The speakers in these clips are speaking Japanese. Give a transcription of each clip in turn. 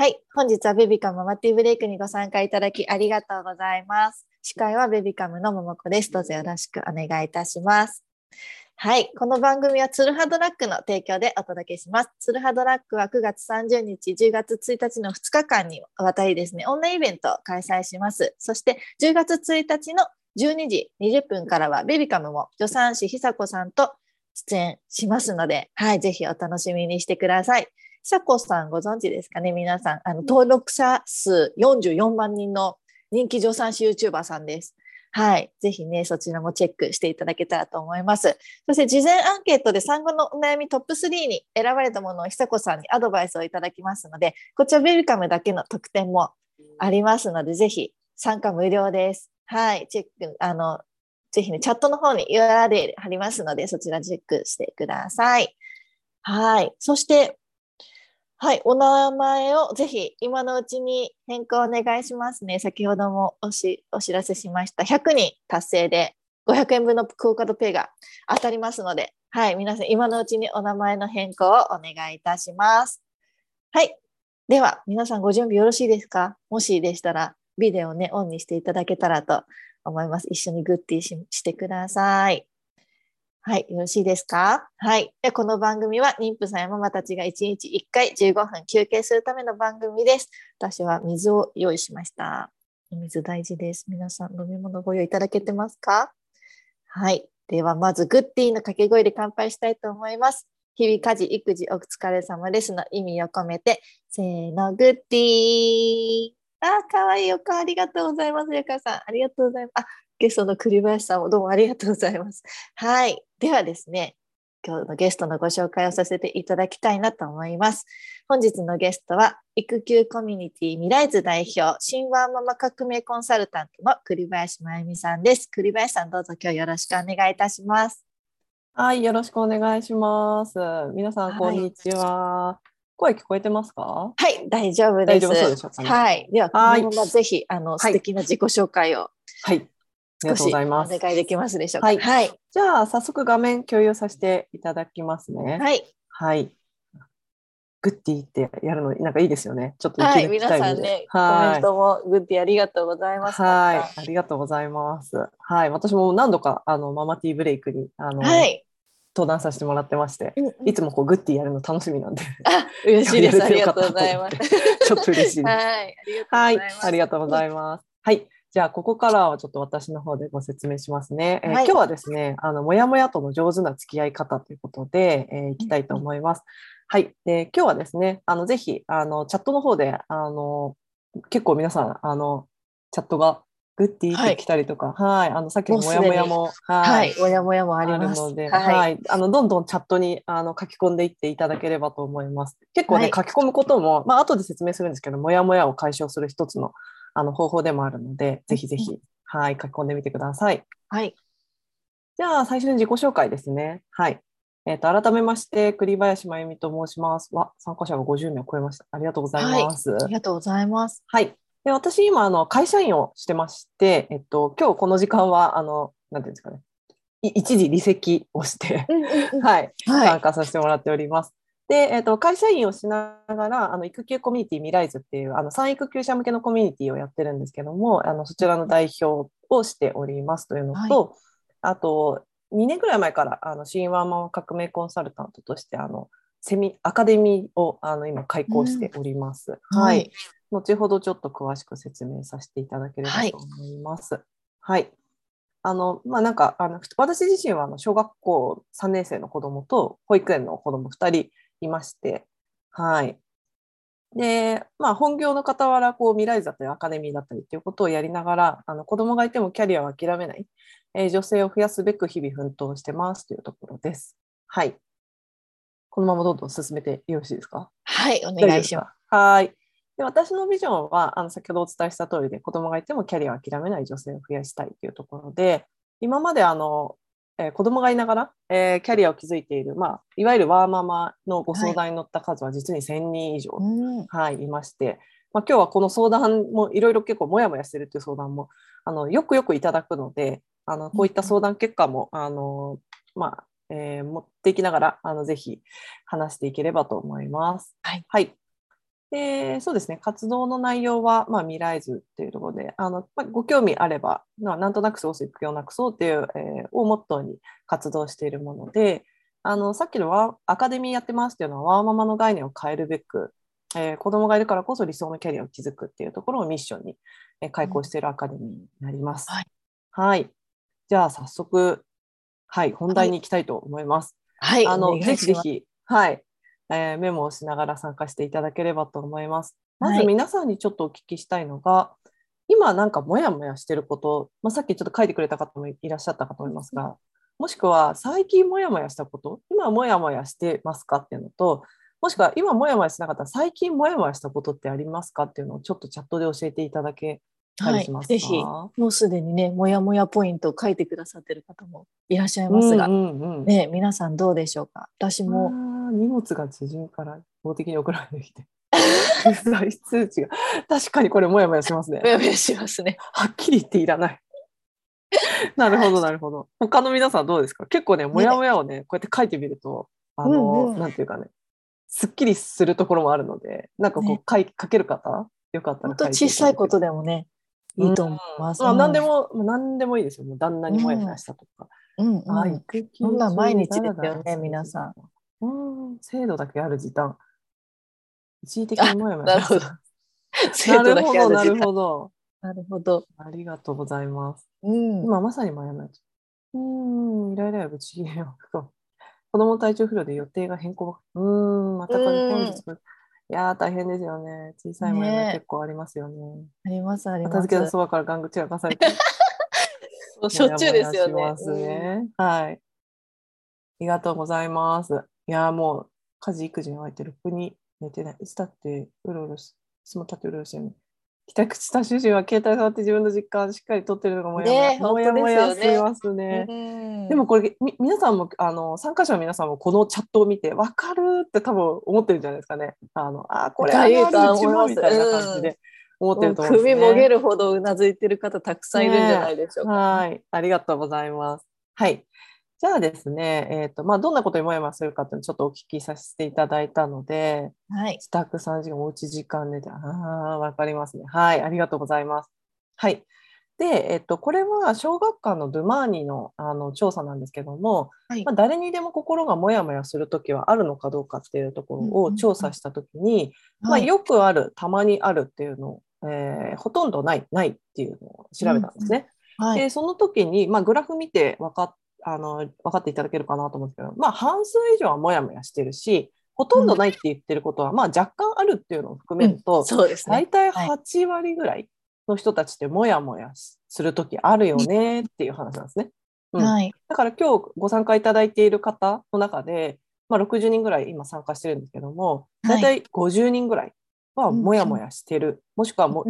はい、本日はベビカムママティーブレイクにご参加いただきありがとうございます。司会はベビカムのももこです。どうぞよろしくお願いいたします。はい、この番組はツルハドラッグの提供でお届けします。ツルハドラッグは9月30日、10月1日の2日間にわたりですね、オンラインイベントを開催します。そして10月1日の12時20分からはベビカムも助産師久子さんと出演しますので、はい、ぜひお楽しみにしてください。久子さんご存知ですかね、皆さん。登録者数44万人の人気助産師 YouTuber さんです。はい。ぜひね、そちらもチェックしていただけたらと思います。そして事前アンケートで産後のお悩みトップ3に選ばれたものを久子さんにアドバイスをいただきますので、こちらベルカムだけの特典もありますので、ぜひ参加無料です。はい。チェック、ぜひね、チャットの方に URL 貼りますので、そちらチェックしてください。はい。そして、はい、お名前をぜひ今のうちに変更お願いしますね。先ほどもお知らせしました。100人達成で500円分のクオカードペイが当たりますので、はい、皆さん今のうちにお名前の変更をお願いいたします。はい。では、皆さんご準備よろしいですか？もしでしたら、ビデオをね、オンにしていただけたらと思います。一緒にグッティしてください。はい、よろしいですか？はい。で、この番組は妊婦さんやママたちが1日1回15分休憩するための番組です。私は水を用意しました。お水大事です。皆さん飲み物ご用意いただけてますか？はい。では、まずグッディーの掛け声で乾杯したいと思います。日々家事、育児お疲れ様ですの意味を込めて、せーの、グッディー。かわいいお顔ありがとうございます。ゆかさん、ありがとうございます。ゲストの栗林さんもどうもありがとうございます。はい。ではですね、今日のゲストのご紹介をさせていただきたいなと思います。本日のゲストは、育休コミュニティ未来図代表、新ワンママ革命コンサルタントの栗林真由美さんです。栗林さん、どうぞ今日よろしくお願いいたします。 はい、よろしくお願いします。皆さん、こんはい。 にちは。声聞こえてますか？ はい、大丈夫大丈夫そうです。 でしょうかね。 はい。では、こはい、 のままぜひ、素はい、 敵な自己紹介をはい、ありがとうござ少しおいます。 願いできますでしょうか。 はい、 はい。 じゃあ、早速画面共有させていただきますね。 はい。 はい、グッディってやるの、なんかいいですよね。ちょっと息はい。 抜き皆タイムで。 さんね、コメンはい、 トもグッディありがとうございます。たくはい、 さん。 ありがとうございます。はい、私も何度かママティーブレイクにはい。 登壇させてもらってまして、 うんうん。 いつもこうグッディやるの楽しみなんで嬉今日やしいです。ありがとうれてよかったございます。 と思ってちょっと嬉しいです。 はい。ありがとうごはい、 ざいます。 ありがとうございます。はい、じゃあここからはちょっと私の方でご説明しますね。 はい。 今日はですね、もやもやとの上手な付き合い方ということで、いきたいとうんうん。 思います。はい、今日はですね、ぜひチャットの方で結構皆さんチャットがグッディって来はい。 たりとか、はい、さっきものもやうすでに、 もやも、はい、 はい。もやもやもありあるます。 ので、 はい。 はい、どんどんチャットに書き込んでいっていただければと思います。結構ね、 はい。 書き込むことも、まあ後で説明するんですけど、もやもやを解消する一つの方法でもあるので、 うんうん。 ぜひぜひ、はい、書き込んでみてください。 はい。 じゃあ、最初に自己紹介ですね。はい。改めまして、栗林真由美と申します。参加者が50名を超えました。ありがとうございはい。 ます。 ありがとうございます。 はい。で、私、今、会社員をしてまして、今日この時間は、なんていうんですかね、一時離席をしてうんうんうん。 はい、 はい。 参加させてもらっております。で、会社員をしながら、育休コミュニティ未来図っていう、産育休者向けのコミュニティをやってるんですけども、そちらの代表をしておりますというのはい。 と、あと、2年ぐらい前から、新ワンマン革命コンサルタントとして、アカデミーを、今、開講しうん。 ております。はい。 はい。 後ほどちょっと詳しく説明させていただければはい。 と思います。はい。まあ、なんか私自身は小学校3年生の子供と保育園の子供2人いまして、はい。で、まあ、本業の傍ら未来図だったりアカデミーだったりっていうことをやりながら子供がいてもキャリアを諦めない、女性を増やすべく日々奮闘してますというところです。はい。このままどんどん進めてよろしいですか？ はい。お願いします。 大丈夫ですか？はい。で、私のビジョンは先ほどお伝えした通りで子供がいてもキャリアを諦めない女性を増やしたいというところで、今まで子供がいながら、キャリアを築いている、まあ、いわゆるワーママのごはい。 相談に乗った数は実に1000人以う上、 ん。 はい、いまして、まあ、今日はこの相談もいろいろ結構モヤモヤしてるっていう相談もよくよくいただくので、こういった相談結果もまあ持っていきながらぜひ話していければと思います。 はい。 はい。 で、そうですね、活動の内容は、未来図っていうところで、ご興味あれば、なんとなく過ごす育業をなくそうっていう、をモットーに活動しているもので、さっきのアカデミーやってますっていうのは、ワーママの概念を変えるべく、子供がいるからこそ理想のキャリアを築くっていうところをミッションに、開講しているアカデミーになります。 はい。 はい。じゃあ、早速、はい、本題に行きたいと思います。 はい、お願ぜいします。 ひぜひ、はい、メモをしながら参加していただければと思います。まずはい。 皆さんにちょっとお聞きしたいのが、今なんかモヤモヤしてること、さっきちょっと書いてくれた方もいらっしゃったかと思いますが、もしくは最近モヤモヤしたこと、今モヤモヤしてますかっていうのと、もしくは今モヤモヤしなかったら最近モヤモヤしたことってありますかっていうのをちょっとチャットで教えていただけたはい。 りしますぜひ、 か？ もうすでにね、もやもやポイントを書いてくださってる方もいらっしゃいうんますが、 うんうん。 ね、皆さんどうでしょうか。私も、 荷物が知人から一方的に送られてきて、不在通知が、確かにこれもやもやしますね。 もやもやしますね。 はっきり言っていらない。なるほど、なるほど。他の皆さんどうですか？結構ね、もやもね。 やをね、こうやって書いてみると、 うんうん。 なんていうかね、すっきりするところもあるので、なんかこね。 う書ける方、よかった本当ら書いて小さいこいただける。 とでもね、 うん。 いいと思います。 何でもいいですよ。もう旦那うん。 にもやもやうん。 したとか。 うんうん。 育そん休中でなん毎日ダラダラですよね、 する時間。 皆さん。 制度だけある時短。一時的にあ、 もやもやしなるほど。 ます。 生徒だなるほど、なるけある時間。 ほど。 なるほど。 ありがとうございます。 うん。 今まさにもやもや。イライラやぶち切れよ。子供体調不良で予定が変更。またか本日。 うん。 いやー、大変ですよね。小さいもやもや結ねえ。 構ありますよね。 あります、あり片付けのます。 そばからガング散らかされて、 もうしもょっちゅうやもやですよね。 しますうん。 ね。はい。ありがとうございます。いやー、もう、家事育児に追われて、ろくに寝てない。いつだってうろうろし、いつも立ってうろうろしてるね。帰宅した主人は携帯触って自分の実家をしっかり撮ってるのがもやもや。 ねえ、 もやも本当ですよね。 やしますね。 うん。 でもこれ、皆さんも、参加者の皆さんもこのチャットを見て、わかるって多分思ってるんじゃないですかね。これあるある、うがいいとちも、 思います。 みたいな感じうん。 で思ってもうると思うんです首もげね。 るほどうなずいてる方たくさんいるんじゃなねいでしょえ。 うか。 はい。ありがとうございます。はい。じゃあですね、どんなことにもやもやするかっていうのをちょっとお聞きさせていただいたので、 はい。 自宅3時間、おうち時間で、わかりますね。はい。ありがとうございます。はい。で、これは小学館のドゥマーニの、調査なんですけども、 はい。 誰にでも心がモヤモヤするときはあるのかどうかっていうところうんをうんう調査したときに、 ん。はい。 よくある、たまにあるっていうのを、ほとんどない、ないっていうのを調べうんうん。 たんですね。 はい。 で、その時に、グラフ見て分かっていただけるかなと思うんですけど、半数以上はモヤモヤしてるし、ほとんどうん。 ないって言ってることは、若干あるっていうのを含うん。 めると、 そうですね。 大体はい。 8割ぐらいの人たちってモヤモヤするときあるよねっていう話なんですね。うん。 はい。 だから今日ご参加いただいている方の中で、60人ぐらい今参加してるんですけども、大はい。 体50人ぐらいはうんモヤモヤしてる。もしくはうん。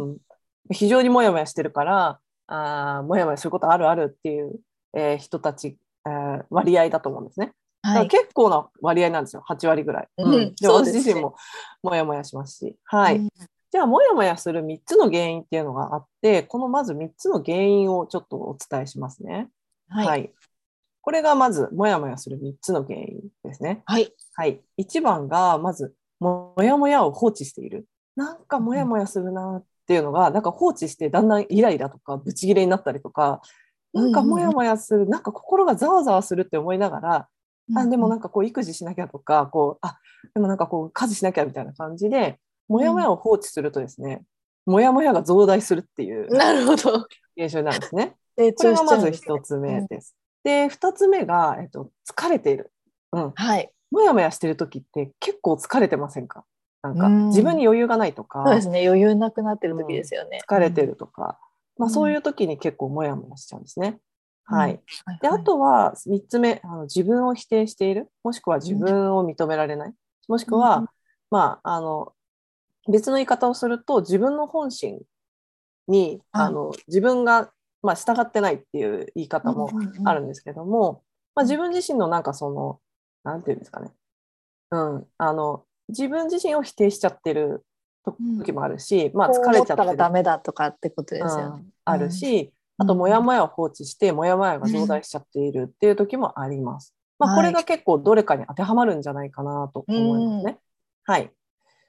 非常にモヤモヤしてるから、モヤモヤすることあるあるっていう、人たち、割合だと思うんですね。だからはい。 結構な割合なんですよ。8割ぐらい。 うん。 で、 そうですね。 私自身もモヤモヤしますし。はい。 うん。 じゃあ、モヤモヤする3つの原因っていうのがあって、このまず3つの原因をちょっとお伝えしますね。 はい。 はい。これがまず、モヤモヤする3つの原因ですね。 はい。 はい。1番が、まず、モヤモヤを放置している。なんかモヤうんモヤするなっていうのが、なんか放置してだんだんイライラとかブチギレになったりとか、 うなんかモヤんうんモヤする、なんか心がざわざわするって思いながら、でもうんなんかこう育児しなきゃとか、でもなんかこう家事しなきゃみたいな感じで、モヤモうん。 ヤを放置するとですね、モヤモヤが増大するっていうなるほど。 現象になるんですね。 成長しちこれがまずゃうんですね。 一つうん。 目です。で、二つ目が、疲れている。うん。 はい。 もやもやしてる時って結構疲れてませんか？なんうか自分ん。 に余裕がないとか、 そうですね。余裕なくなってる時でうん、 すよね。 疲れてるとか、そううん。 いう時に結構もやもやしちゃうんですね。 うん。 はい。で、あはいはい。 とは3つ目、自分を否定している、もしくは自うん。 分を認められない、もしくうん。 は、まあ、あの、別の言い方をすると、自分の本心に、 はい。 自分が、従ってないっていう言いうん方もうんうん。 あるんですけども、自分自身のなんかなんていうんですかね、自分自身を否定しちゃってるうん。 時もあるし、 こう疲れ思ったらダちゃってる、 メだとかってことですよね。 あるうん。 し、あと、 うん。 もやもやを放置して、もやもやが増うん大しちゃっているっていう時もあります。こはい。 れが結構どれかに当てはまるんじゃないかなとうん。 思いますね。はい。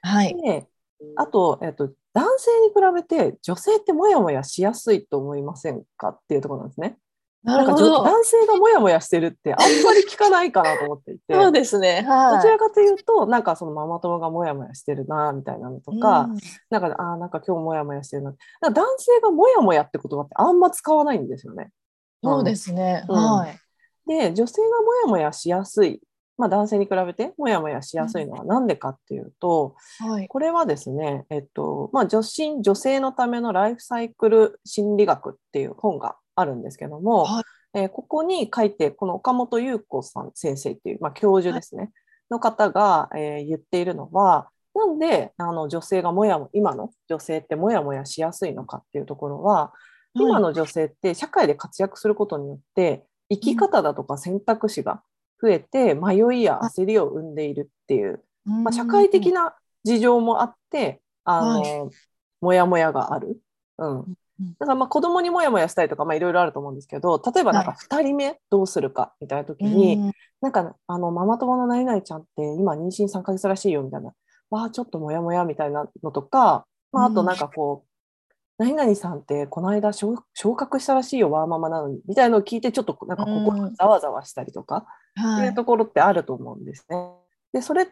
はい。 で、あと、男性に比べて女性ってモヤモヤしやすいと思いませんかっていうところなんですね。 ななんかるほど。 男性がモヤモヤしてるってあんまり聞かないかなと思っていそうて、 ですね。 どちはい。 らかというと、なんかそのママ友がモヤモヤしてるな、みたいなのとうか、 ん。 なんか今日モヤモヤしてるな。なんか男性がモヤモヤって言葉ってあんま使わないんですよね。うそうでん。 すね。 うん。 はい。 で、女性がモヤモヤしやすい、まあ男性に比べてモヤモヤしうん。 やすいのは何でかっていうと、 はい。 これはですね、まあ女性のためのライフサイクル心理学っていう本があるんですけども、 はい。 ここに書いて、この岡本優子さん先生っていう、まあ、教授はい。 ですね、の方が、言っているのは、なんで女性が今の女性ってモヤモヤしやすいのかっていうところは、 はい。 今の女性って社会で活躍することによって、生きうん。 方だとか選択肢が増えて、迷いやあ、 焦りを生んでいるっていう、 うまあ、社ん。 会的な事情もあって、 はい。 モヤモヤがある。うん。 うん。 だからまあ子供にモヤモヤしたりとか、まあいろいろあると思うんですけど、例えばなんかはい。 2人目どうするかみたいなう時に、 ん。 なんかママ友の何々ちゃんって今妊娠3ヶ月らしいよみたいな、わあちょっとモヤモヤみたいなのとか、まああとうん。 なんかこう、何々さんってこの間昇格したらしいよ、ワーママなのに、みたいなのを聞いて、ちょっとなんうか心がん。 ざわざわしたりとかってはい。 いうところってあると思うんですね。で、それって、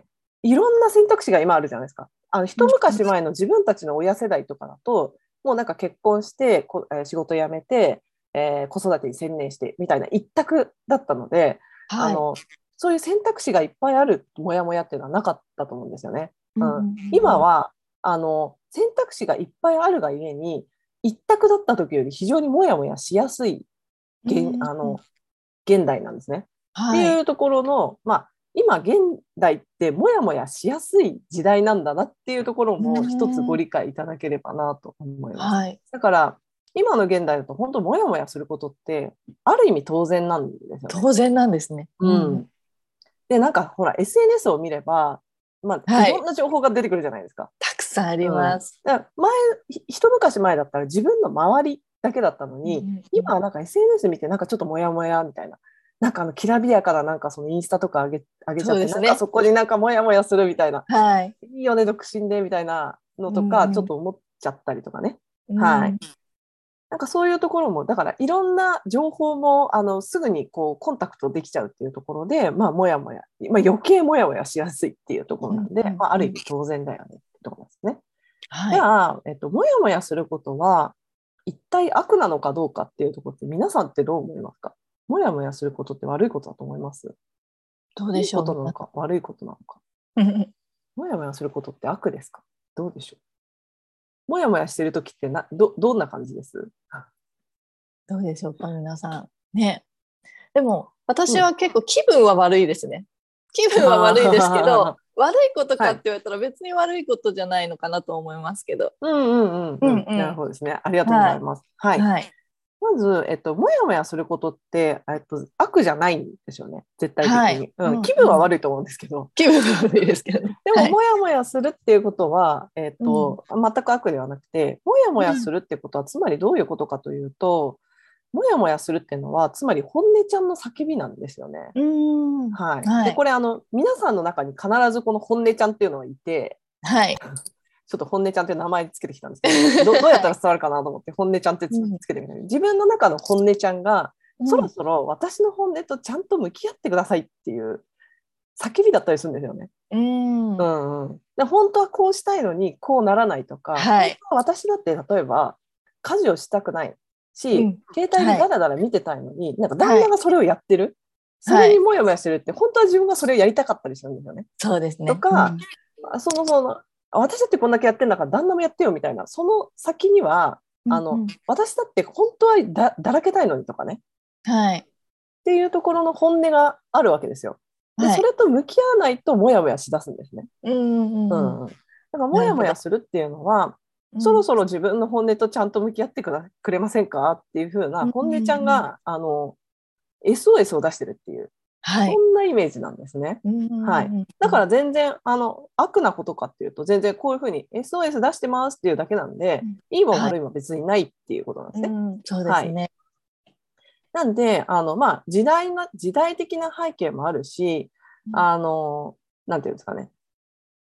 いろんな選択肢が今あるじゃないですか。一うん。 昔前の自分たちの親世代とかだと、もうなんか結婚して仕事辞めて、子育てに専念してみたいな一択だったので、あはい。 のそういう選択肢がいっぱいあるモヤモヤっていうのはなかったと思うんですよね。 うん。 ううん。 ん、 うん。 今は選択肢がいっぱいあるがゆえに、一択だった時より非常にモヤモヤしやすい現、 うん。 あの現代なんですね。ってはい。 いうところの、まあ、今現代ってモヤモヤしやすい時代なんだなっていうところうも一つごん。 理解いただければなと思います。 はい。 だから今の現代だと本当モヤモヤすることってある意味当然なんですよね。 当然なんですね。うん。うん。 うん。で、なんかほら SNS を見れば、まあ、いはい。 ろんな情報が出てくるじゃないですか。 たくさんありうん。 ます。 だから一昔前だったら自分の周りだけだったのうん。 に、 うん。 今はなんか SNS 見てなんかちょっとモヤモヤみたいな。なんかきらびやかななんかそのインスタとか上げちゃって、なんかそうですね。 そこになんかモヤモヤするみたいな。 はい。 いいよね、独身でみたいなのうとか、ちょん。 っと思っちゃったりとかね。 うん。 はい。なんかそういうところも、だからいろんな情報もすぐにこうコンタクトできちゃうっていうところで、まあ、もやもや、まあ、余計もやもやしやすいっていうところうん。 なんで、 うん。 まあ、ある意うん。 味当然だよねってところですね。 はい。 じゃあ、もやもやすることは一体悪なのかどうかっていうところって皆さんってどう思いますか？もやもやすることって悪いことだと思います？いいどうでしょう、 ことなのか悪いことなのか？ 皆さん。 もやもやすることって悪ですか？どうでしょう？もやもやしてるときってどんな感じです？ どうでしょうか、皆さん。ね。でも、 うん。 私は結構気分は悪いですね。気分は悪いですけど、 あ悪いことはい。 かって言われたら別に悪いことじゃないのかなと思いますけど。 うんうんうんうん。なるうん。 ほどですね。ありがとうごはい。 ざいます。はい。 はい。 まず、もやもやすることって、悪じゃないんですよね。絶対はい。 的に。うん。 うん。 気分はうん。 悪いと思うんですけど。 気分は悪いですけどね。 でも、 はい。 もやもやするっていうことは、 うん。 全く悪ではなくて、もやもうん。 やするってことは、つまりどういうことかというと、もやもやするっていうのは、つまり本音ちゃんの叫びなんですよね。 うーん。 はい。で、 はい。 これ、皆さんの中に必ずこの本音ちゃんっていうのがいて、 はい。 ちょっと本音ちゃんっていう名前つけてきたんですけど、どうやったらはい。 伝わるかなと思って、本音ちゃんってうん。 つけてみた。自分の中の本音ちゃんが、そろうん。 そろ私の本音とちゃんと向き合ってくださいっていう叫びだったりするんですよね。 うーん。 うんうん。で本当はこうしたいのにこうならないとか、 はい。 本当は私だって例えば家事をしたくないし、 うん。 携帯ではい。 ダラダラ見てたいのに、なんか旦はい。 那がそれをやってる。それはい。 にモヤモヤしてるって、本当は自分がそれをやりたかったりするんですよね。 そうですね。うとか、 ん。 その私だってこんだけやってんだから旦那もやってよみたいな、その先には、 うん。うん。 私だって本当はだらけたいのにとかね、っはい。 ていうところの本音があるわけですよ。で、 はい。 それと向き合わないとモヤモヤしだすんですね。 うん。うん。うん。 うん。だからモヤモなるほど。 ヤするっていうのは、 うん。 そろそろ自分の本音とちゃんと向き合ってくれませんかっていう風うん。うな本音ちゃんん。 が、SOS を出してるっていう、 はい。 そんなイメージなんですね。 うん。 はい。 うん。うん。 だから全然、悪なことかっていうと、全然こういうふうに SOS 出してますっていうだけなんで、いいもはい。 悪いも別にないっていうことなんですね。 うん。そうではい。 すね。 なんで、まあ、時代的な背景もあるし、 うん。 あの、なんていうんですかね。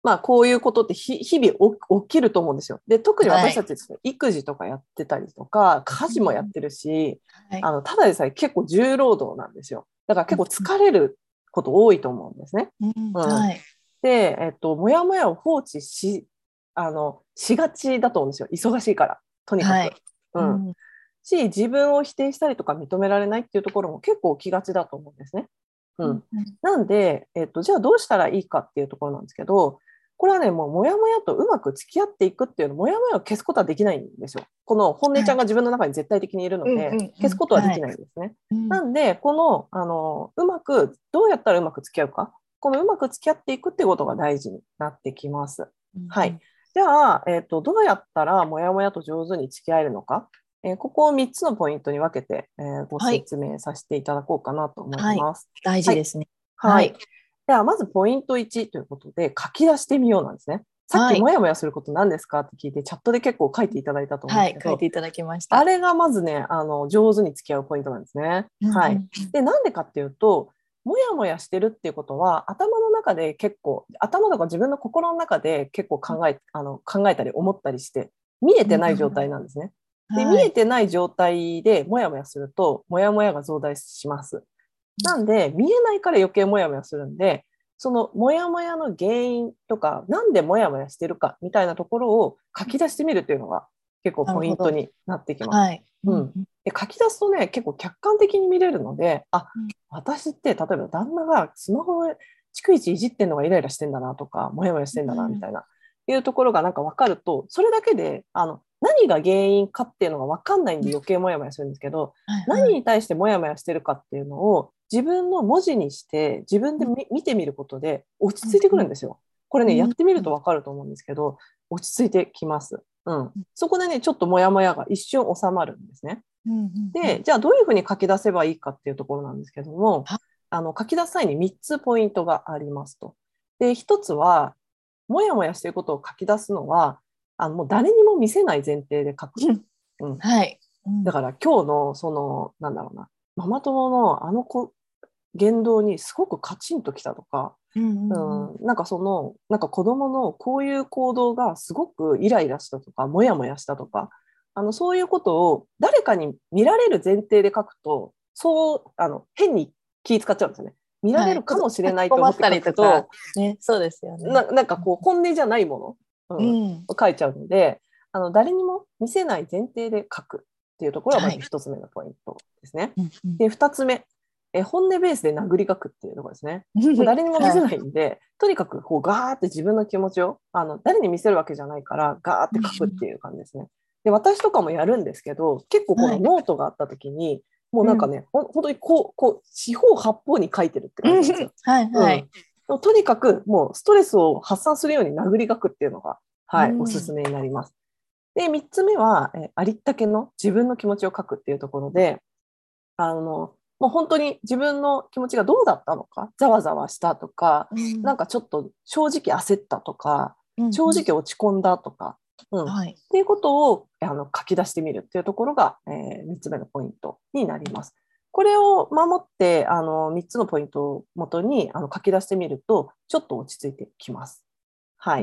まあ、こういうことって日々起きると思うんですよ。で、特に私たちですね、育児とかやってたりとか、家事もやってるし、ただでさえ結構重労働なんですよ。だから結構疲れること多いと思うんですね。で、もやもやを放置しがちだと思うんですよ。忙しいから、とにかく。自分を否定したりとか認められないっていうところも結構起きがちだと思うんですね。なんで、じゃあどうしたらいいかっていうところなんですけど、これはね、もうもやもやとうまく付き合っていくっていうの、もやもやを消すことはできないんですよ。この本音ちゃんが自分の中に絶対的にいるので、消すことはできないんですね。なんで、この、どうやったらうまく付き合うか、このうまく付き合っていくっていうことが大事になってきます。はい。じゃあ、どうやったらもやもやと上手に付き合えるのか、ここを3つのポイントに分けて、ご説明させていただこうかなと思います。 大事ですね。 はい。では、まずポイント1ということで、書き出してみようなんですね。さっきもやもやすること何ですかって聞いて、チャットで結構書いていただいたと思うんですけど、 書いていただきました。 あれがまずね、上手に付き合うポイントなんですね。はい。で、なんでかっていうと、もやもやしてるっていうことは、頭の中で結構、頭とか自分の心の中で結構考えたり思ったりして、見えてない状態なんですね。で、見えてない状態でもやもやすると、もやもやが増大します。なんで、見えないから余計もやもやするんで、そのもやもやの原因とか、なんでもやもやしてるかみたいなところを書き出してみるっていうのが結構ポイントになってきます。で書き出すとね、結構客観的に見れるので、私って例えば旦那がスマホを逐一いじってんのがイライラしてんだなとか、もやもやしてんだなみたいな、いうところがなんか分かると、それだけで何が原因かっていうのが分かんないんで余計もやもやするんですけど、何に対してもやもやしてるかっていうのを自分の文字にして自分で見てみることで落ち着いてくるんですよ。これね、やってみると分かると思うんですけど、落ち着いてきます。そこでね、ちょっともやもやが一瞬収まるんですね。で、じゃあどういうふうに書き出せばいいかっていうところなんですけども、書き出す際に3つポイントがありますと。で、1つは、もやもやしていることを書き出すのは、もう誰にも見せない前提で書く。だから今日のなんだろうな、ママ友の言動にすごくカチンときたとか、なんかなんか子供のこういう行動がすごくイライラしたとか、もやもやしたとか、そういうことを誰かに見られる前提で書くと、変に気使っちゃうんですよね。見られるかもしれないと思って書くと、 そうですよね。 なんかこう本音じゃないもの、を書いちゃうので、誰にも見せない前提で書くっていうところがまず1つ目のポイントですね。で、2つ目、本音ベースで殴り書くっていうところですね。誰にも見せないんで、とにかくこうガーって自分の気持ちを誰に見せるわけじゃないからガーって書くっていう感じですね。で、私とかもやるんですけど、結構このノートがあった時に、もうなんかね、本当にこう四方八方に書いてるって感じなんですよ。とにかくもうストレスを発散するように殴り書くっていうのが、おすすめになります。で、3つ目は、ありったけの自分の気持ちを書くっていうところで、もう本当に自分の気持ちがどうだったのか、ざわざわしたとか、なんかちょっと正直焦ったとか、正直落ち込んだとか、っていうことを書き出してみるっていうところが、3つ目のポイントになります。これを守って3つのポイントをもとに書き出してみるとちょっと落ち着いてきます。はい。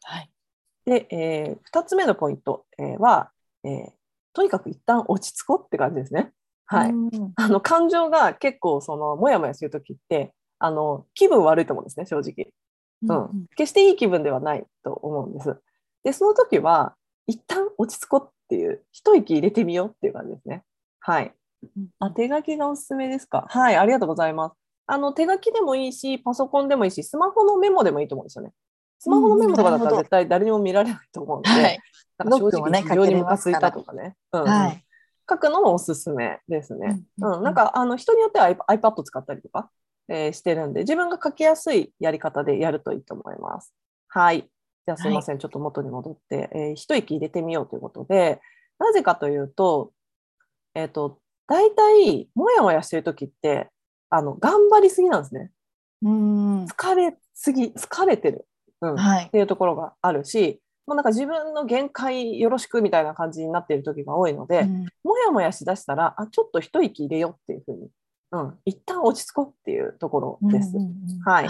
で、2つ目のポイント、は、とにかく一旦落ち着こうって感じですね。はい。感情が結構もやもやするときって気分悪いと思うんですね、正直。決していい気分ではないと思うんです。で、その時は一旦落ち着こうっていう一息入れてみようっていう感じですね。はい。手書きがおすすめですか？はい、ありがとうございます。手書きでもいいし、パソコンでもいいし、スマホのメモでもいいと思うんですよね。スマホのメモとかだったら絶対誰にも見られないと思うので、なんか正直非常にムカついたとかね、書くのもおすすめですね。なんか人によっては iPad 使ったりとか、してるんで、自分が書きやすいやり方でやるといいと思います。はい。じゃあすいません、ちょっと元に戻って、一息入れてみようということで、なぜかというと、大体もやもやしてるときって頑張りすぎなんですね。疲れてる、っていうところがあるし、もうなんか自分の限界よろしくみたいな感じになっている時が多いので、もやもやしだしたらちょっと一息入れようっていうふうに、一旦落ち着こうっていうところです。はい。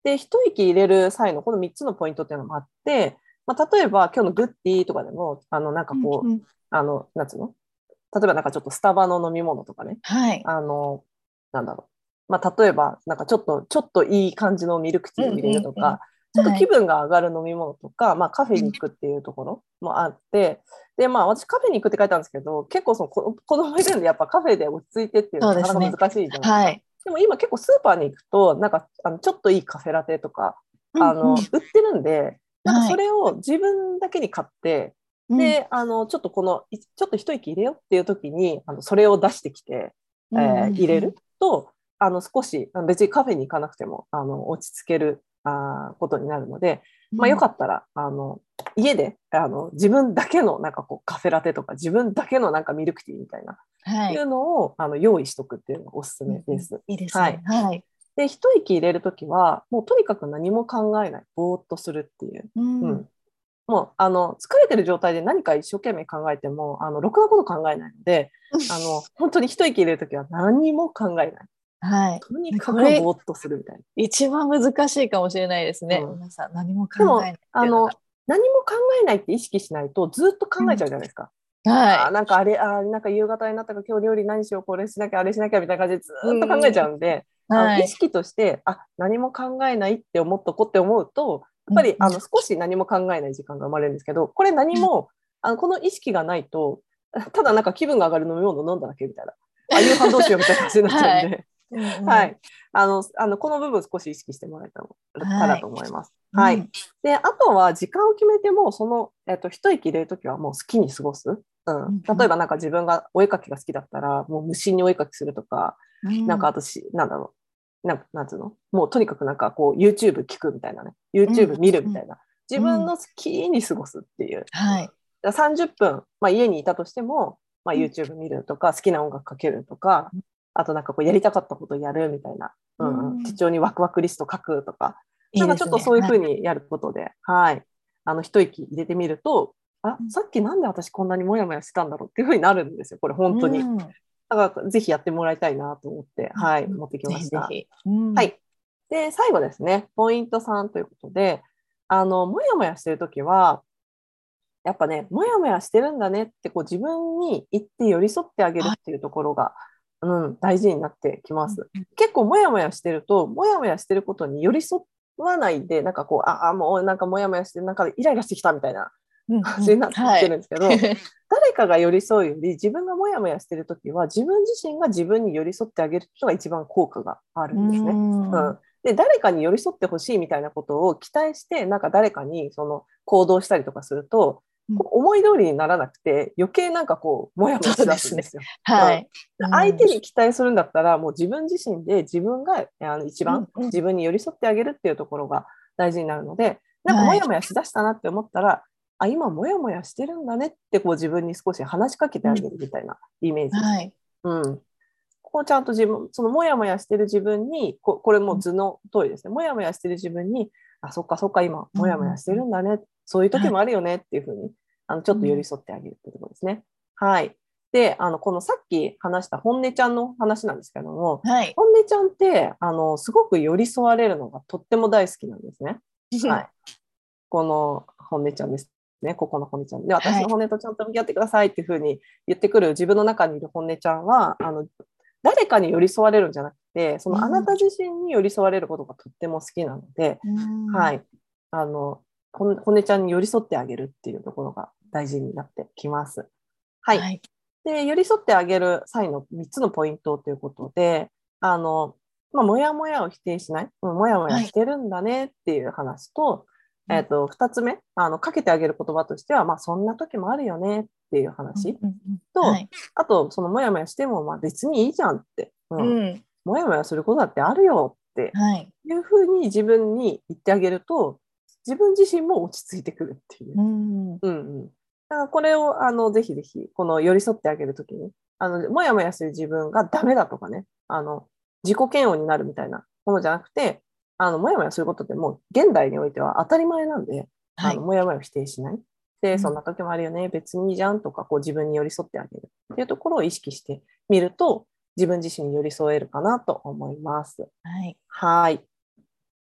で、一息入れる際のこの3つのポイントっていうのもあって、まあ、例えば今日のグッディとかでも、なんかこう、 うんうん、 なんつうの、例えばなんかちょっとスタバの飲み物とかね、 はい。 なんだろう。まあ、例えば、なんかちょっといい感じのミルクティーを入れるとか、ちょっとはい。 気分が上がる飲み物とか、まあ、カフェに行くっていうところもあって、で、まあ、私カフェに行くって書いたんですけど、結構その子供いるんで、やっぱカフェで落ち着いてっていうのはなかなそうですね。 か難しいじゃないですか。 はい。 でも今結構スーパーに行くと、なんかちょっといいカフェラテとか、 うんうん。 売ってるんで、なんかはい。 それを自分だけに買って、 うん。 で、ちょっとちょっと一息入れようっていう時に、それを出してきて、 うんうん入れるうん。 と、少し、別にカフェに行かなくても、落ち着ける、ことになるので、まあ、ようん。 かったら、家で、自分だけの、なんかこう、カフェラテとか、自分だけのなんかミルクティーみたいな、 はい。 いうのを、用意しとくっていうのがおすすうんうん、 めです。 いいですね。 はい。 はい。 で、一息入れるときは、もうとにかく何も考えない、ぼーっとするっていう。 うん。 うん。もう、疲れてる状態で何か一生懸命考えても、ろくなこと考えないので、本当に一息入れるときは何も考えない。 はとにい。 かくぼこれ、 ーっとするみたい一番難しいかもしれないですな。 ね。 うん。 皆さん、何も考でも、 えないっていうのが。 何も考えないって意識しないと、ずっと考えちゃうじゃないですか。 はい。 なんかあれ、なんか夕方になったから今日料理何しよう、これしなきゃ、あれしなきゃみたいな感じでずうっと考えちゃん。 うんで、 はい。 意識として、何も考えないって思っとこうって思うと、やっぱりうんうん。 少し何も考えない時間が生まれるんですけど、これ何も、この意識がないと、ただなんか気分が上がる飲み物飲んだだけみたいな、夕飯どうしようみたいな感じになっちゃうんはい。 で、 うんうん。 はい。この部分少し意識してもらえたらはい。 と思います。はい。 うん。 で、あとは時間を決めても、一息入れるときはもう好きに過ごす。例えうんばなんか自分がお絵描きが好きだったら、もう無心にお絵描きするとか、なんかうん。 私、なんだろう。なんつうのもうとにかくなんかこう YouTube 聞くみたいなね。 うん。 YouTube 見るうんみたいな。自うん。 分の好きに過ごすっていう。 はい。 30分、まあ、家にいたとしても、まあ、 うん YouTube 見るとか、好きな音楽かけるとか、あとなんかこうやりたかったことをやるみたいな。 う手ん。 帳にワクワクリスト書くとか、なんかちょっといいですね。 そういうふうはい。 にやることで、はい。一息入れてみると、 うん。 さっきなんで私こんなにモヤモヤしてたんだろうっていうふうになるんですよ。これ本当に。 うん。 だからぜひやってもらいたいなと思って、はい、持ってきぜました。 ひぜひ。うん。 はい。で、最後ですね、ポイント3ということで、もやもやしてるときは、やっぱね、もやもやしてるんだねってこう自分に言って寄り添ってあげるはい。 っていうところが、大事になってきまうんす。結構もやもやしてると、もやもやしてることに寄り添わないで、なんかこう、もうなんかもやもやして、なんかイライラしてきたみたいなうんうん。 感じになってるんはい。 ですけど、誰かが寄り添うより、自分がもやもやしてるときは、自分自身が自分に寄り添ってあげるのが一番効果があるうんですね。うん。 ん。で、誰かに寄り添ってほしいみたいなことを期待して、なんか誰かにその行動したりとかすると、 うん、 こう思い通りにならなくて、余計なんかこう、もやもやしそうですね。 だすんですよ。うん。 はい。うん。 相手に期待するんだったら、もう自分自身で自分が一番うんうん。 自分に寄り添ってあげるっていうところが大事になるので、なんかもはい。 やもやしだしたなって思ったら、今もやもやしてるんだねってこう自分に少し話しかけてうん。 あげるみたいなイメージです。 はい。 うん。ここをちゃんとそのもやもやしてる自分に、これもうん図の通りですね。もやもやしてる自分に、そっかそっか、今、 うんもやもやしてうん。 るんだね。そういう時はい。 もあるよねっていうふうに、ちょっと寄りうん。 添ってあげるってところですね。はい。で、このさっき話した本音ちゃんの話なんですけども、 はい。 本音ちゃんって、すごく寄り添われるのがとっても大好きなんですね。はい。この本音ちゃんですね。ここの本音ちゃんで、私はい。 の本音とちゃんと向き合ってくださいっていうふうに言ってくる自分の中にいる本音ちゃんは、誰かに寄り添われるんじゃなくて、そのあなうん。 た自身に寄り添われることがとっても好きなので、 うん。 はい。本音ちゃんに寄り添ってあげるっていうところが大事になってきます。はい。 はい。 で、寄り添ってあげる際の3つのポイントということで、もやもやを否定しない、もやもやはい。 してるんだねっていう話と、 うん。 2つ目、かけてあげる言葉としては、そんな時もあるよねっていう話うんうんうん。はと、 い。 あと、そのもやもやしても、別にいいじゃんって、 うん。 もやもやすることだってあるよってはい。 いうふうに自分に言ってあげると、自分自身も落ち着いてくるっていう。 うん。 うんうん。だからこれを、ぜひぜひ、この寄り添ってあげるときに、もやもやする自分がダメだとかね、自己嫌悪になるみたいなものじゃなくて、もやもやすることってもう、現代においては当たり前なんで、 はい。 もやもやを否定しない。で、 うん。 そんな時もあるよね、別にいいじゃんとか、こう自分に寄り添ってあげるっていうところを意識してみると、自分自身に寄り添えるかなと思います。 はい。 はい。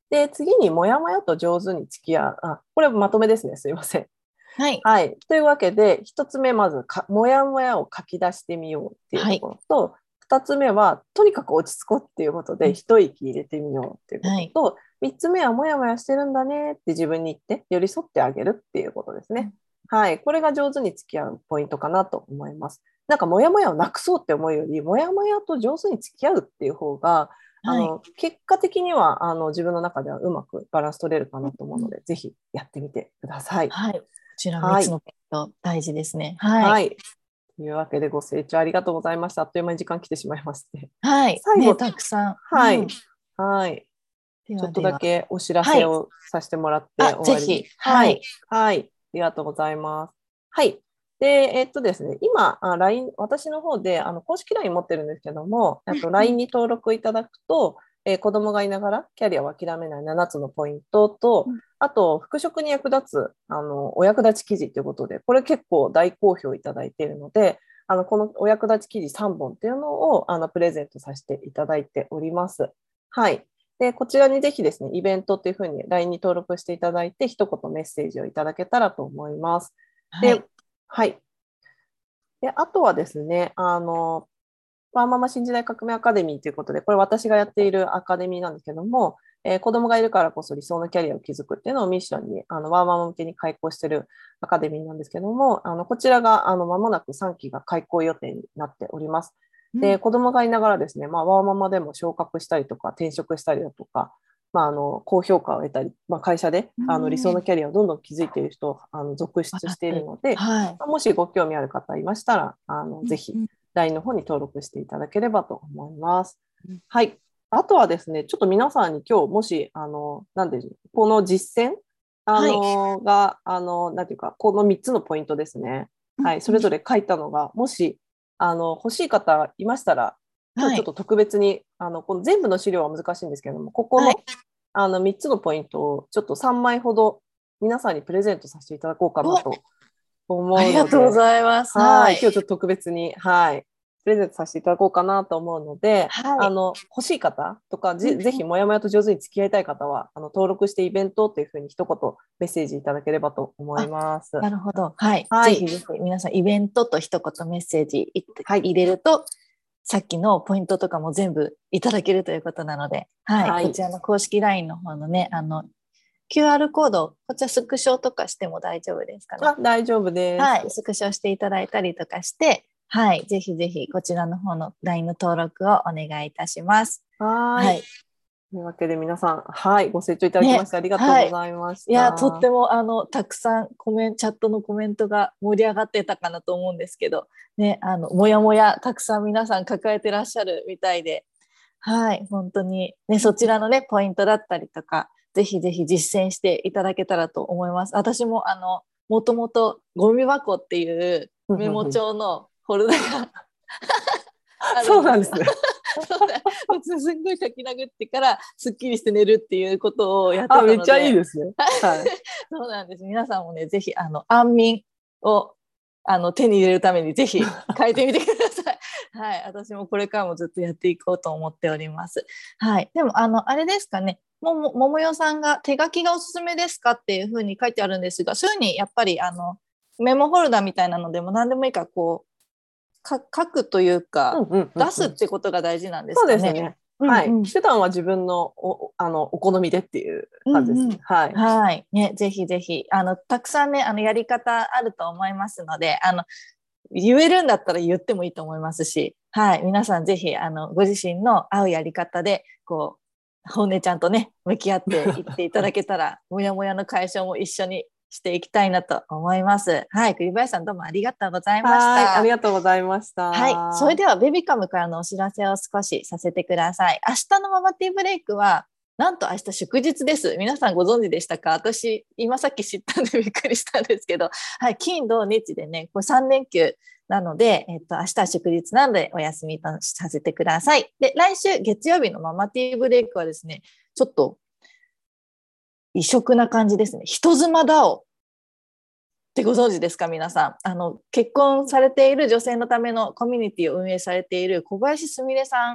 で、次にもやもやと上手に付き合う。これはまとめですね。すいません。 はい。 はい。というわけで、一つ目、まずもやもやを書き出してみようっていうとはい。 ころと、二つ目は、とにかく落ち着こうっていうことで、一息入れてみようっていうこはい。 とと、三つ目は、もやもやしてるんだねって自分に言って、寄り添ってあげるっていうことですね。はい。これが上手に付き合うポイントかなと思います。なんか、もやもやをなくそうって思うより、もやもやと上手に付き合うっていう方が、 はい。 結果的には自分の中ではうまくバランス取れるかなと思うので、ぜひやってみてください。 はい。こちら3 はい。 つのポイント大事ですね。はい。 はい。というわけでご清聴ありがとうございました。あっという間に時間来てしまいまして。 はい。ね、 最後、 たくさん。 はい。 うん。 はい。 でちょっとだはでは。 けお知らはい。 せをさせてもらってあ、 終わりに。 ぜひ。 はい。 はい。 はい。ありがとうございます。はい。で、ですね、今、LINE、私の方で、公式 LINE 持ってるんですけども、LINE に登録いただくと、子供がいながらキャリアを諦めない7つのポイントと、あと、復職に役立つ、お役立ち記事ということで、これ結構大好評いただいているので、このお役立ち記事3本っていうのを、プレゼントさせていただいております。はい。で、こちらにぜひですね、イベントっていうふうに LINE に登録していただいて、一言メッセージをいただけたらと思います。で、 はい。 はい。で、あとはですね、ワーママ新時代革命アカデミーということで、これ私がやっているアカデミーなんですけども、子供がいるからこそ理想のキャリアを築くっていうのをミッションに、ワーママ向けに開講しているアカデミーなんですけども、こちらが、間もなく3期が開講予定になっております。で、子供がいながらですね、ワーママでも昇格したりとか、転職したりだとか、高評価を得たり、会社で理想のキャリアをどんどん築いている人続出しているので、 はい。 もしご興味ある方いましたら、ぜひ LINE の方に登録していただければと思います。はい。あとはですね、ちょっと皆さんに今日もし、なんで、この実践、 はい。 なんていうか、この3つのポイントですね。はい。それぞれ書いたのが、もし、欲しい方いましたら、今はい。 日ちょっと特別に、この全部の資料は難しいんですけども、ここはい。 の、3つのポイントをちょっと3枚ほど皆さんにプレゼントさせていただこうかなお、 とあ思うりがとうごので、 ざいます。 はい。 はい。 今日ちょっと特別に、はい。プレゼントさせていただこうかなと思うので、 はい。 欲しい方とか、ぜひもやもやと上手に付き合いたい方は、登録してイベントっていうふうに一言メッセージいただければと思いあ、 ます。 なるほど。はい。 はい。 ぜひぜひ皆さんイベントと一言メッセージはい。 入れると、さっきのポイントとかも全部いただけるということなので、はい。 はい。 こちらの公式 LINE の方のね、QR コード、こちらスクショとかしても大丈夫ですかね。 大丈夫です。 はい。スクショしていただいたりとかして、はい。ぜひぜひこちらの方の LINE の登録をお願いいたします。 はい。 はい。 というわけで皆さん、はい。ご清聴いただきまね。 してありがとうはい。 ございましいや、とった。 てもたくさんチャットのコメントが盛り上がってたかなと思うんですけど、ね、もやもやたくさん皆さん抱えてらっしゃるみたいで、はい、本当にね、そちらのね、ポイントだったりとか、ぜひぜひ実践していただけたらと思います。私ももともとゴミ箱っていうメモ帳のフォルダがあるんですよ。 そうなんですね。 そうだ、すんごい書き殴ってからすっきりして寝るっていうことをやってためっちゃいいので、 ですね。はい。 そうなんです。皆さんもね、ぜひ安眠を手に入れるためにぜひ変えてみてください。はい、私もこれからもずっとやっていこうと思っております。はい、でもあれですかね。ももよさんが手書きがおすすめですかっていうふうに書いてあるんですが、そういうふうにやっぱりメモホルダーみたいなのでも何でもいいから書くというか、出すってことが大事なんですそうかね。 ですね。はい。 うんうん。 手段は自分のお好みでっていううんうん。 感じですね。はい。 はい。ね、ぜひぜひ、たくさんね、やり方あると思いますので、言えるんだったら言ってもいいと思いますし、はい。皆さんぜひ、ご自身の合うやり方で、本音ちゃんとね、向き合っていっていただけたら、もやもやの解消も一緒にしていきたいなと思います。はい。栗林さんどうもありがとうございましはい。ありた。 がとうございましはい。それた。 では、ベビカムからのお知らせを少しさせてください。明日のママティーブレイクは、なんと明日祝日です。皆さんご存知でしたか？私、今さっき知ったんでびっくりしたんですけど、はい、金、土、日でね、これ3連休なので、明日は祝日なのでお休みとさせてください。で、来週月曜日のママティーブレイクはですね、ちょっと異色な感じですね。人妻だおってご存知ですか？皆さん。結婚されている女性のためのコミュニティを運営されている小林すみれさん、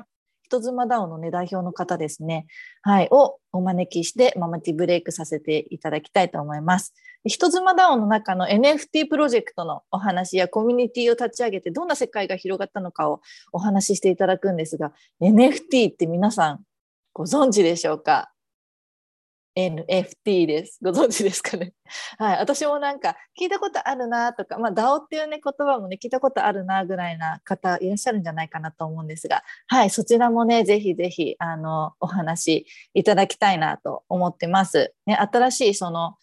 人妻ダオの、ね、代表の方ですね、はい、をお招きしてママティブレイクさせていただきたいと思います。人妻ダオの中の NFT プロジェクトのお話やコミュニティを立ち上げてどんな世界が広がったのかをお話ししていただくんですが、 NFT って皆さんご存知でしょうか？ NFT です。ご存知ですかね？はい、私もなんか聞いたことあるなとか、DAO っていうね言葉もね聞いたことあるなぐらいな方いらっしゃるんじゃないかなと思うんですが、はい、そちらもねぜひぜひお話いただきたいなと思ってます。ね、新しいその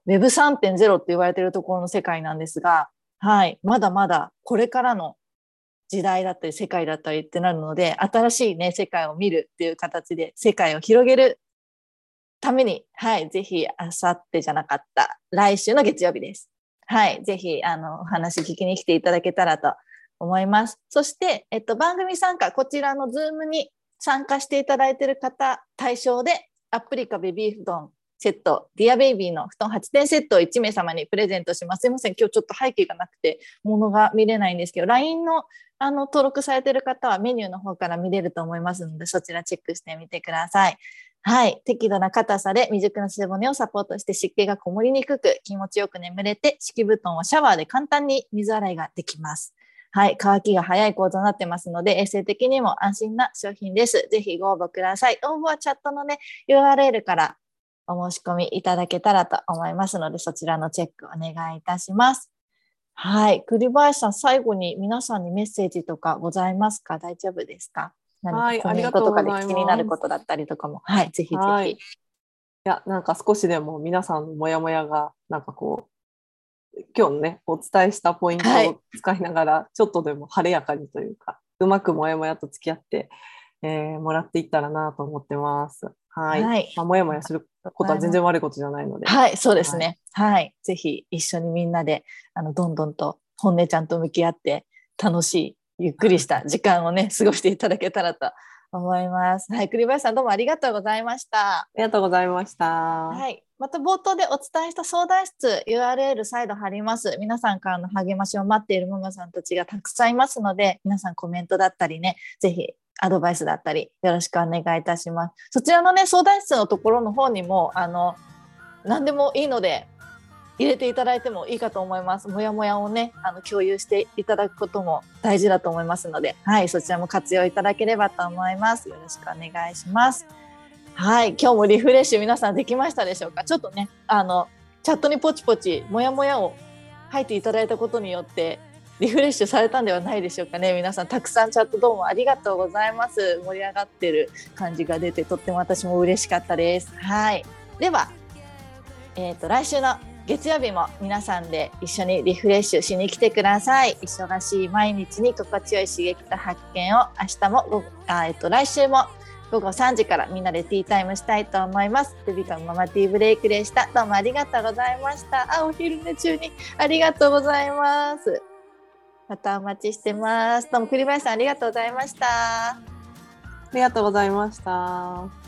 Web3.0 って言われているところの世界なんですが、はい、まだまだこれからの時代だったり世界だったりってなるので、新しいね世界を見るっていう形で世界を広げるために、はい、ぜひあさってじゃなかった来週の月曜日です。はい、ぜひお話聞きに来ていただけたらと思います。そして、番組参加、こちらのズームに参加していただいている方対象で、アプリカベビー布団セット、ディアベイビーの布団8点セットを1名様にプレゼントします。すいません、今日ちょっと背景がなくて物が見れないんですけど、 LINE の登録されている方はメニューの方から見れると思いますので、そちらチェックしてみてください。はい、適度な硬さで未熟な背骨をサポートして湿気がこもりにくく気持ちよく眠れて、敷布団はシャワーで簡単に水洗いができます。はい、乾きが早い構造になってますので衛生的にも安心な商品です。ぜひご応募ください。応募はチャットのね URL からお申し込みいただけたらと思いますので、そちらのチェックお願いいたします。はい、栗林さん、最後に皆さんにメッセージとかございますか？大丈夫ですか？何かコメントとかで気になることだったりとかも、はい、ぜひぜひ。はい、いや、なんか少しでも皆さんのモヤモヤがなんかこう今日のねお伝えしたポイントを使いながら、はい、ちょっとでも晴れやかにというかうまくモヤモヤと付き合って、もらっていったらなと思ってます。はい。はい、モヤモヤすることは全然悪いことじゃないので。 はい、そうですね。はい、はい、ぜひ一緒にみんなでどんどんと本音ちゃんと向き合って楽しいゆっくりした時間をね過ごしていただけたらと思います。はい、栗林さんどうもありがとうございました。 ありがとうございました。 はい、また冒頭でお伝えした相談室 URL 再度貼ります。皆さんからの励ましを待っているママさんたちがたくさんいますので、皆さんコメントだったりね、ぜひアドバイスだったりよろしくお願いいたします。そちらのね相談室のところの方にも何でもいいので入れていただいてもいいかと思います。もやもやをね共有していただくことも大事だと思いますので、はい、そちらも活用いただければと思います。よろしくお願いします。はい、今日もリフレッシュ皆さんできましたでしょうか？ちょっとねチャットにポチポチもやもやを書いていただいたことによってリフレッシュされたんではないでしょうかね。皆さんたくさんチャットどうもありがとうございます。盛り上がってる感じが出てとっても私も嬉しかったです。はい、では、来週の月曜日も皆さんで一緒にリフレッシュしに来てください。忙しい毎日に心地よい刺激と発見を明日も来週も午後3時からみんなでティータイムしたいと思います。ベビカムママティーブレイクでした。どうもありがとうございました。お昼寝中にありがとうございます。またお待ちしてます。どうも栗林さんありがとうございました。 ありがとうございました。